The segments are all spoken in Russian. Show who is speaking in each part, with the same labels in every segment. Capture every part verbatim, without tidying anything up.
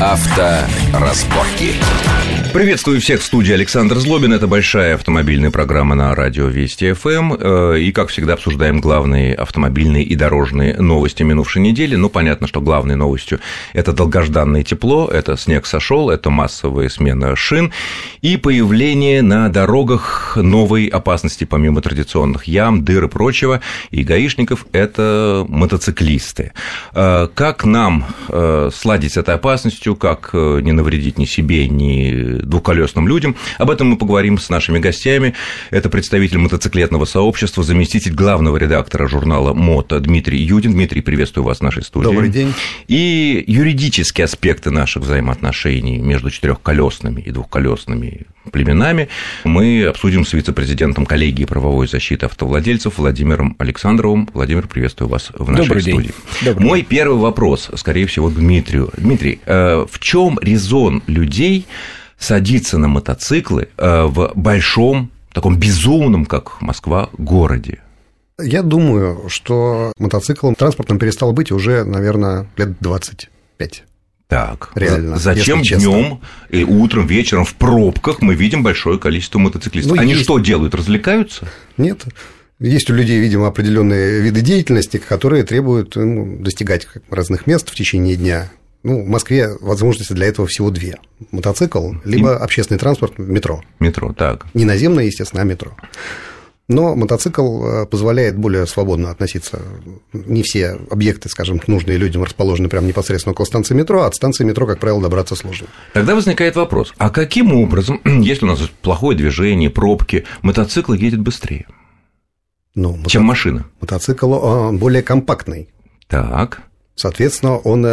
Speaker 1: Авторазборки.
Speaker 2: Приветствую всех в студии. Александр Злобин. Это большая автомобильная программа на радио Вести эф эм. И, как всегда, обсуждаем главные автомобильные и дорожные новости минувшей недели. Ну, понятно, что главной новостью – это долгожданное тепло, это снег сошел, это массовая смена шин и появление на дорогах новой опасности, помимо традиционных ям, дыр и прочего, и гаишников – это мотоциклисты. Как нам сладить с этой опасностью, как не навредить ни себе, ни двухколесным людям. Об этом мы поговорим с нашими гостями. Это представитель мотоциклетного сообщества, заместитель главного редактора журнала «Мото» Дмитрий Юдин. Дмитрий, приветствую вас в нашей студии.
Speaker 3: Добрый день.
Speaker 2: И юридические аспекты наших взаимоотношений между четырехколесными и двухколесными племенами мы обсудим с вице-президентом коллегии правовой защиты автовладельцев Владимиром Александровым. Владимир, приветствую вас в нашей
Speaker 3: Добрый
Speaker 2: студии.
Speaker 3: День. Добрый
Speaker 2: Мой
Speaker 3: день.
Speaker 2: первый вопрос, скорее всего, к Дмитрию. Дмитрий, в чем резон людей садиться на мотоциклы в большом, таком безумном, как Москва, городе?
Speaker 3: Я думаю, что мотоциклом транспортом перестал быть уже, наверное, лет двадцать пять.
Speaker 2: Так,
Speaker 3: реально.
Speaker 2: Зачем днем и утром, вечером в пробках мы видим большое количество мотоциклистов? Ну, Они есть... что делают, развлекаются?
Speaker 3: Нет. Есть у людей, видимо, определенные виды деятельности, которые требуют ну, достигать разных мест в течение дня. Ну, в Москве возможности для этого всего две. Мотоцикл, либо и... общественный транспорт, метро.
Speaker 2: Метро, так.
Speaker 3: Не наземное, естественно, а метро. Но мотоцикл позволяет более свободно относиться. Не все объекты, скажем, нужные людям расположены прямо непосредственно около станции метро, а от станции метро, как правило, добраться сложно.
Speaker 2: Тогда возникает вопрос, а каким образом, если у нас плохое движение, пробки, мотоцикл едет быстрее, ну, мото... чем машина?
Speaker 3: Мотоцикл более компактный.
Speaker 2: Так.
Speaker 3: Соответственно, он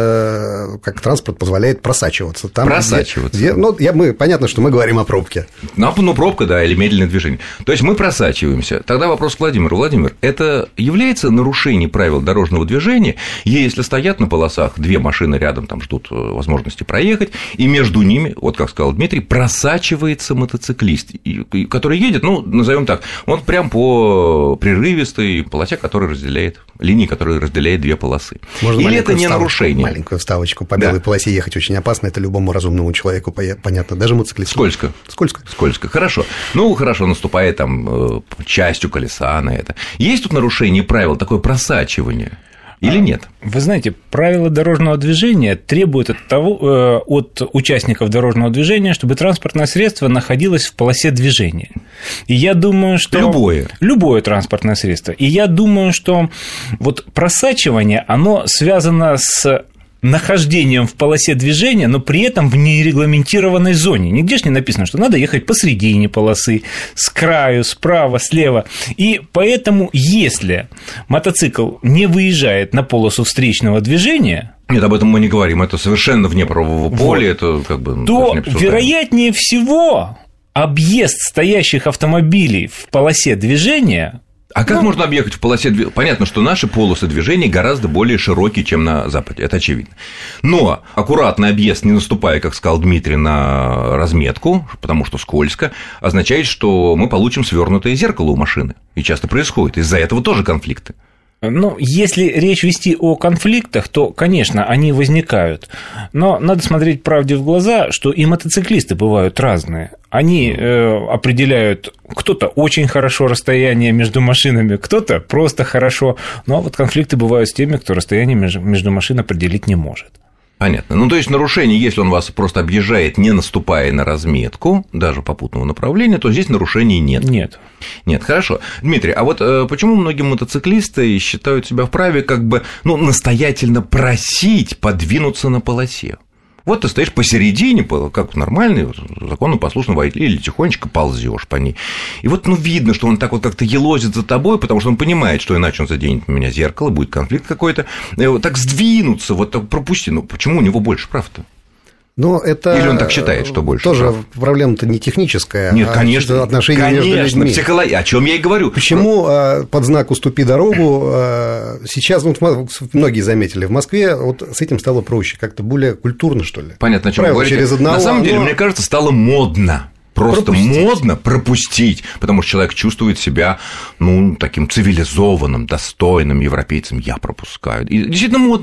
Speaker 3: как транспорт позволяет просачиваться. Там,
Speaker 2: просачиваться.
Speaker 3: Где, где, ну, я, мы, понятно, что мы говорим о пробке.
Speaker 2: Ну, ну, пробка, да, или медленное движение. То есть мы просачиваемся. Тогда вопрос к Владимиру. Владимир, это является нарушением правил дорожного движения, если стоят на полосах две машины рядом, там ждут возможности проехать, и между ними, вот как сказал Дмитрий, просачивается мотоциклист, который едет, ну, назовем так, он прям по прерывистой полосе, которая разделяет, линии, которая разделяет две полосы.
Speaker 3: Можно
Speaker 2: Или это не нарушение?
Speaker 3: Маленькую вставочку. По белой да. полосе ехать очень опасно, это любому разумному человеку понятно, даже мотоциклисту.
Speaker 2: Скользко.
Speaker 3: Скользко.
Speaker 2: Скользко, хорошо. Ну, хорошо, наступает там частью колеса на это. Есть тут нарушение правил, такое просачивание? Или нет?
Speaker 4: Вы знаете, правила дорожного движения требуют от, того, от участников дорожного движения, чтобы транспортное средство находилось в полосе движения. И я думаю, что...
Speaker 2: Любое.
Speaker 4: Любое транспортное средство. И я думаю, что вот просачивание, оно связано с нахождением в полосе движения, но при этом в нерегламентированной зоне. Нигде же не написано, что надо ехать посредине полосы, с краю, справа, слева. И поэтому, если мотоцикл не выезжает на полосу встречного движения...
Speaker 2: Нет, об этом мы не говорим, это совершенно вне правового поля, вот, это как бы...
Speaker 4: То, вероятнее всего, объезд стоящих автомобилей в полосе движения...
Speaker 2: А как
Speaker 4: ну,
Speaker 2: можно объехать в полосе движения? Понятно, что наши полосы движения гораздо более широкие, чем на Западе, это очевидно. Но аккуратный объезд, не наступая, как сказал Дмитрий, на разметку, потому что скользко, означает, что мы получим свернутое зеркало у машины. И часто происходит. Из-за этого тоже конфликты.
Speaker 4: Ну, если речь вести о конфликтах, то, конечно, они возникают. Но надо смотреть правде в глаза, что и мотоциклисты бывают разные. Они э, определяют, кто-то очень хорошо расстояние между машинами, кто-то просто хорошо. Но вот конфликты бывают с теми, кто расстояние между, между машин определить не может.
Speaker 2: Понятно. Ну, то есть нарушение, если он вас просто объезжает, не наступая на разметку, даже попутного направления, то здесь нарушений нет.
Speaker 4: Нет.
Speaker 2: Нет, хорошо. Дмитрий, а вот почему многие мотоциклисты считают себя вправе как бы, ну, настоятельно просить подвинуться на полосе? Вот ты стоишь посередине, как нормальный, законопослушный водитель, или тихонечко ползешь по ней. И вот, ну, видно, что он так вот как-то елозит за тобой, потому что он понимает, что иначе он заденет у меня зеркало, будет конфликт какой-то. Так сдвинуться, вот так пропусти. Ну, почему у него больше прав-то?
Speaker 3: Но это
Speaker 2: Или он так считает, что больше?
Speaker 3: Тоже
Speaker 2: прав?
Speaker 3: Проблема-то не техническая,
Speaker 2: Нет,
Speaker 3: а
Speaker 2: конечно,
Speaker 3: отношения
Speaker 2: конечно,
Speaker 3: между людьми.
Speaker 2: Психология. О чем я и говорю.
Speaker 3: Почему Про... под знак «Уступи дорогу» сейчас, ну, многие заметили, в Москве вот с этим стало проще, как-то более культурно, что ли.
Speaker 2: Понятно, о чем вы говорите.
Speaker 3: Через одного,
Speaker 2: На самом деле,
Speaker 3: но...
Speaker 2: мне кажется, стало модно. Просто пропустить. модно пропустить, потому что человек чувствует себя, ну, таким цивилизованным, достойным европейцем. Я пропускаю. И действительно модно.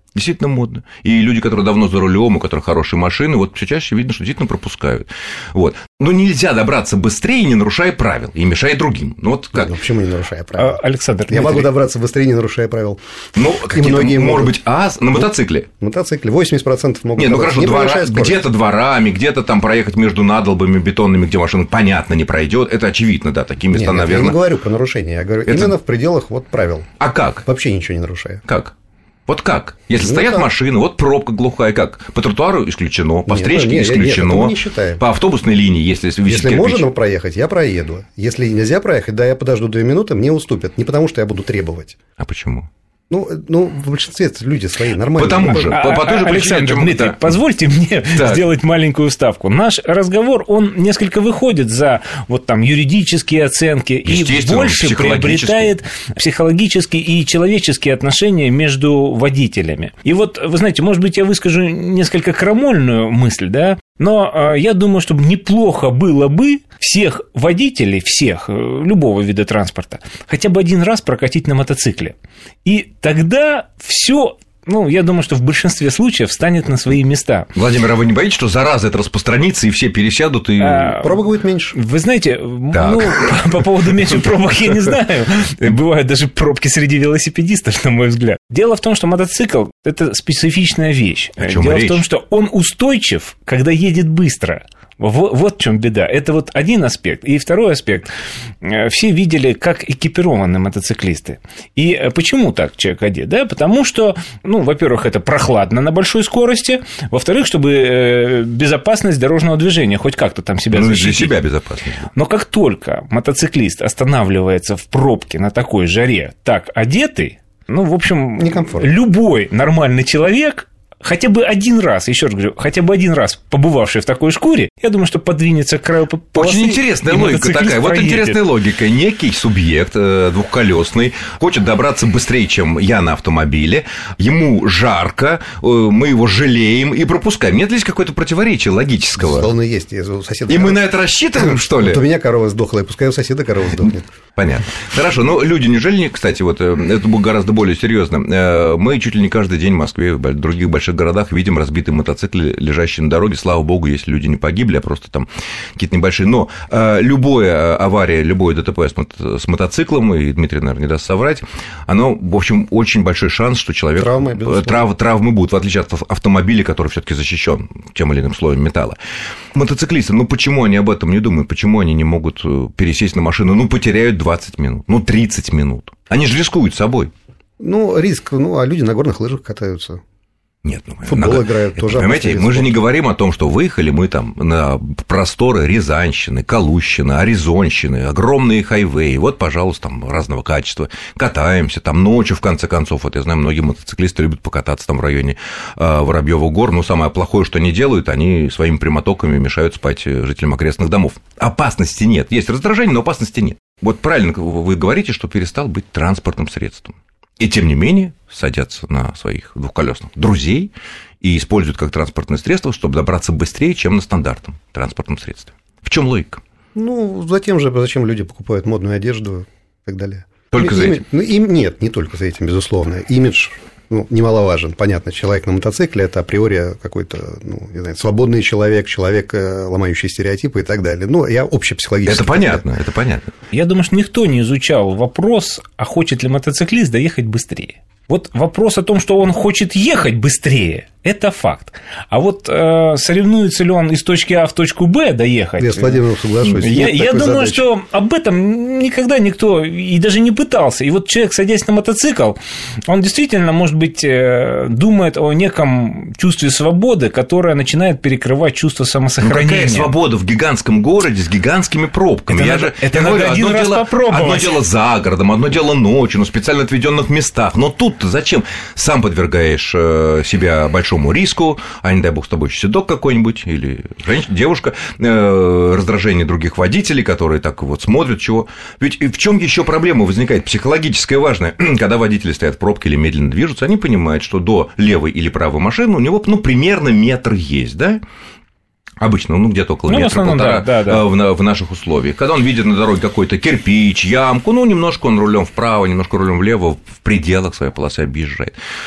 Speaker 2: Действительно модно. И люди, которые давно за рулем, у которых хорошие машины, вот все чаще видно, что действительно пропускают. Вот. Но нельзя добраться быстрее, не нарушая правил, и мешая другим. Ну, вот как?
Speaker 3: Ну, почему не нарушая правил?
Speaker 4: А, Александр,
Speaker 3: я Дмитрий... могу добраться быстрее, не нарушая правил.
Speaker 2: Ну, какие-то, может
Speaker 3: могут...
Speaker 2: быть, а на мотоцикле?
Speaker 3: На мотоцикле восемьдесят процентов могут.
Speaker 2: Нет, ну хорошо,
Speaker 3: не
Speaker 2: двора... где-то дворами, где-то там проехать между надолбами бетонными, где машина, понятно, не пройдет. Это очевидно, да, такие места,
Speaker 3: нет, нет,
Speaker 2: наверное.
Speaker 3: Я не говорю про нарушение, я говорю это... именно в пределах вот правил.
Speaker 2: А как?
Speaker 3: Вообще ничего не нарушая.
Speaker 2: Как? Вот как? Если ну, стоят
Speaker 3: так.
Speaker 2: машины, вот пробка глухая, как? По тротуару исключено, по
Speaker 3: нет,
Speaker 2: встречке
Speaker 3: нет,
Speaker 2: исключено,
Speaker 3: нет, не считаем.
Speaker 2: По автобусной линии, если висит
Speaker 3: Если
Speaker 2: кирпич.
Speaker 3: можно проехать, я проеду. Если нельзя проехать, да, я подожду две минуты, мне уступят. Не потому, что я буду требовать.
Speaker 2: А почему?
Speaker 3: Ну, ну, в большинстве люди свои нормальные.
Speaker 2: Потому же,
Speaker 4: а,
Speaker 2: по, по той же
Speaker 4: Александр,
Speaker 2: причине,
Speaker 4: Дмитрий,
Speaker 2: да.
Speaker 4: позвольте мне
Speaker 2: так.
Speaker 4: сделать маленькую ставку. Наш разговор, он несколько выходит за вот там юридические оценки и больше приобретает психологические и человеческие отношения между водителями. И вот, вы знаете, может быть, я выскажу несколько крамольную мысль, да, но я думаю, что неплохо было бы всех водителей, всех, любого вида транспорта, хотя бы один раз прокатить на мотоцикле. И тогда все, ну, я думаю, что в большинстве случаев встанет на свои места.
Speaker 2: Владимир, а вы не боитесь, что зараза это распространится, и все пересядут, и...
Speaker 3: А, пробок будет меньше.
Speaker 4: Вы знаете, ну, по поводу меньше пробок я не знаю. Бывают даже пробки среди велосипедистов, на мой взгляд. Дело в том, что мотоцикл – это специфичная вещь. Дело в том, что он устойчив, когда едет быстро. Вот, вот в чем беда. Это вот один аспект. И второй аспект. Все видели, как экипированы мотоциклисты. И почему так человек одет? Да, потому что, ну, во-первых, это прохладно на большой скорости. Во-вторых, чтобы безопасность дорожного движения хоть как-то там себя
Speaker 2: ну,
Speaker 4: защитить.
Speaker 2: Для себя безопасность.
Speaker 4: Но как только мотоциклист останавливается в пробке на такой жаре, так одетый, ну, в общем, любой нормальный человек... Хотя бы один раз, еще раз говорю, хотя бы один раз побывавший в такой шкуре, я думаю, что подвинется к краю полосы.
Speaker 2: Очень интересная логика такая. Вот интересная логика. Некий субъект двухколесный хочет добраться быстрее, чем я на автомобиле. Ему жарко, мы его жалеем и пропускаем. Нет ли здесь какое-то противоречие логического?
Speaker 3: Безусловно, есть. У соседа
Speaker 2: и
Speaker 3: корова...
Speaker 2: мы на это рассчитываем, что ли?
Speaker 3: Вот у меня корова сдохла, и пускай у соседа корова сдохнет.
Speaker 2: Понятно. Хорошо. Но люди, неужели, кстати, вот это будет гораздо более серьезно. Мы чуть ли не каждый день в Москве, в других больших городах видим разбитые мотоциклы, лежащие на дороге. Слава богу, если люди не погибли, а просто там какие-то небольшие. Но э, любая авария, любое ДТП с, мото- с мотоциклом, и Дмитрий, наверное, не даст соврать, оно, в общем, очень большой шанс, что человек...
Speaker 3: Травмы,
Speaker 2: трав, травмы будут, в отличие от автомобиля, который все-таки защищен тем или иным слоем металла. Мотоциклисты, ну почему они об этом не думают? Почему они не могут пересесть на машину? Ну, потеряют двадцать минут, ну, тридцать минут. Они же рискуют собой.
Speaker 3: Ну, риск, ну, а люди на горных лыжах катаются.
Speaker 2: Нет, ну,
Speaker 3: футбол
Speaker 2: на...
Speaker 3: играют
Speaker 2: это,
Speaker 3: тоже.
Speaker 2: Понимаете, мы же не говорим о том, что выехали мы там на просторы Рязанщины, Калущины, Аризонщины, огромные хайвеи, вот, пожалуйста, там разного качества, катаемся там ночью, в конце концов, вот я знаю, многие мотоциклисты любят покататься там в районе э, Воробьёва гор, но самое плохое, что они делают, они своими прямотоками мешают спать жителям окрестных домов. Опасности нет, есть раздражение, но опасности нет. Вот правильно вы говорите, что перестал быть транспортным средством. И тем не менее садятся на своих двухколесных друзей и используют как транспортное средство, чтобы добраться быстрее, чем на стандартном транспортном средстве. В чем логика?
Speaker 3: Ну, затем же, зачем люди покупают модную одежду и так далее.
Speaker 2: Только за этим?
Speaker 3: Ну, им, нет, не только за этим, безусловно. Имидж, ну, немаловажен. Понятно, человек на мотоцикле – это априори какой-то, ну, не знаю, свободный человек, человек, ломающий стереотипы и так далее. Ну, я общепсихологически.
Speaker 2: Это понятно, это понятно.
Speaker 4: Я думаю, что никто не изучал вопрос, а хочет ли мотоциклист доехать быстрее. Вот вопрос о том, что он хочет ехать быстрее, это факт. А вот э, соревнуется ли он из точки А в точку Б доехать?
Speaker 3: Я с Владимиром соглашусь.
Speaker 4: Я, я думаю,
Speaker 3: задачи.
Speaker 4: что об этом никогда никто и даже не пытался. И вот человек, садясь на мотоцикл, он действительно, может быть, думает о неком чувстве свободы, которое начинает перекрывать чувство самосохранения.
Speaker 2: Ну, какая свобода в гигантском городе с гигантскими пробками?
Speaker 4: Это
Speaker 2: я
Speaker 4: надо,
Speaker 2: же,
Speaker 4: это
Speaker 2: я
Speaker 4: надо
Speaker 2: говорю,
Speaker 4: один
Speaker 2: одно
Speaker 4: раз
Speaker 2: дело,
Speaker 4: попробовать.
Speaker 2: Одно дело за городом, одно дело ночью, на специально отведенных местах. Но тут-то зачем? Сам подвергаешь себя большому риску, а не дай бог с тобой седок какой-нибудь или женщина, девушка, раздражение других водителей, которые так вот смотрят, чего. Ведь в чем еще проблема возникает? Психологическая важная. Когда водители стоят в пробке или медленно движутся, они понимают, что до левой или правой машины у него, ну, примерно метр есть, да? Обычно, ну, где-то около
Speaker 4: ну,
Speaker 2: метра-полтора
Speaker 4: да, да, да.
Speaker 2: в, в наших условиях. Когда он видит на дороге какой-то кирпич, ямку, ну, немножко он рулем вправо, немножко рулем влево, в пределах своей полосы объезжает.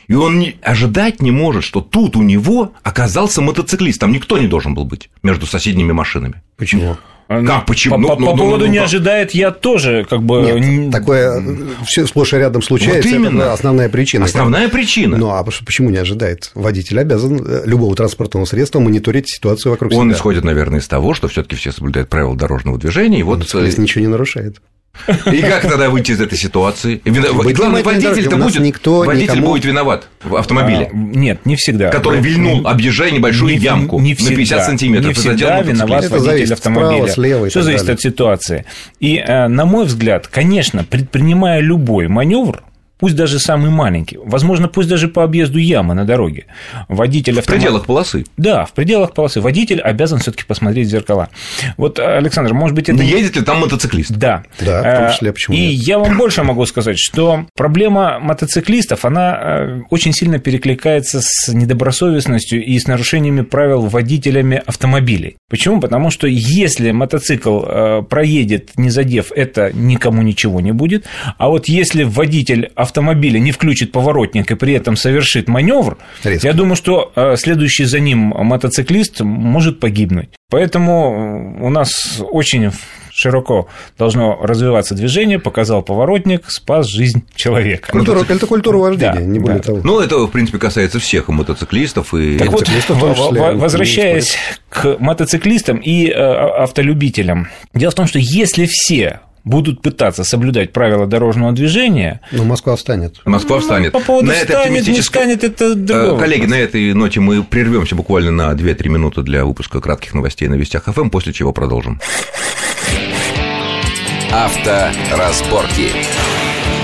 Speaker 2: И он не, ожидать не может, что тут у него оказался мотоциклист. Там никто не должен был быть между соседними машинами.
Speaker 3: Почему?
Speaker 2: Как почему?
Speaker 4: По,
Speaker 2: ну,
Speaker 4: по,
Speaker 2: ну,
Speaker 4: по
Speaker 2: ну,
Speaker 4: поводу
Speaker 2: ну,
Speaker 4: не
Speaker 2: ну,
Speaker 4: ожидает, я тоже как бы...
Speaker 3: Нет, такое все сплошь и рядом случается,
Speaker 2: вот именно.
Speaker 3: Это основная причина.
Speaker 2: Основная причина.
Speaker 3: Ну, а почему не ожидает? Водитель обязан любого транспортного средства мониторить ситуацию вокруг
Speaker 2: Он
Speaker 3: себя.
Speaker 2: Он исходит, наверное, из того, что все-таки все соблюдают правила дорожного движения. И вот...
Speaker 3: Мотоциклист ничего не нарушает.
Speaker 2: И как тогда выйти из этой ситуации? И главный водитель-то будет,
Speaker 3: никто,
Speaker 2: водитель
Speaker 3: никому...
Speaker 2: будет виноват в автомобиле.
Speaker 4: А, нет, не всегда.
Speaker 2: Который вильнул, объезжая небольшую
Speaker 4: не,
Speaker 2: ямку
Speaker 4: не всегда,
Speaker 2: на пятьдесят сантиметров.
Speaker 4: Не всегда виноват
Speaker 3: это
Speaker 4: водитель автомобиля.
Speaker 3: Справа, слева
Speaker 4: Все зависит
Speaker 3: далее.
Speaker 4: от ситуации. И, на мой взгляд, конечно, предпринимая любой маневр, пусть даже самый маленький, возможно, пусть даже по объезду ямы на дороге, водитель автомобиля...
Speaker 2: В пределах полосы.
Speaker 4: Да, в пределах полосы. Водитель обязан все-таки посмотреть в зеркала. Вот, Александр, может быть, это...
Speaker 2: Не едет ли там мотоциклист?
Speaker 4: Да.
Speaker 3: Да, в том числе, почему
Speaker 4: И
Speaker 3: нет?
Speaker 4: я вам больше могу сказать, что проблема мотоциклистов, она очень сильно перекликается с недобросовестностью и с нарушениями правил водителями автомобилей. Почему? Потому что если мотоцикл проедет, не задев, это никому ничего не будет. А вот если водитель автомобиля не включит поворотник и при этом совершит маневр,
Speaker 3: Резко.
Speaker 4: Я думаю, что следующий за ним мотоциклист может погибнуть. Поэтому у нас очень широко должно развиваться движение, показал поворотник, спас жизнь человека.
Speaker 3: Культура, это культура вождения,
Speaker 4: Да,
Speaker 3: не более
Speaker 4: да.
Speaker 3: того.
Speaker 2: Ну, это, в принципе, касается всех и мотоциклистов, и...
Speaker 4: Так вот,
Speaker 3: в том числе,
Speaker 4: возвращаясь к мотоциклистам и автолюбителям, дело в том, что если все будут пытаться соблюдать правила дорожного движения...
Speaker 3: Но Москва встанет.
Speaker 2: Москва встанет.
Speaker 4: По поводу
Speaker 2: на этой
Speaker 4: встанет, не
Speaker 2: оптимистической...
Speaker 4: встанет, это другое.
Speaker 2: Коллеги, на этой ноте мы прервемся буквально на две-три минуты для выпуска кратких новостей на Вестях ФМ, после чего продолжим.
Speaker 1: Авторазборки.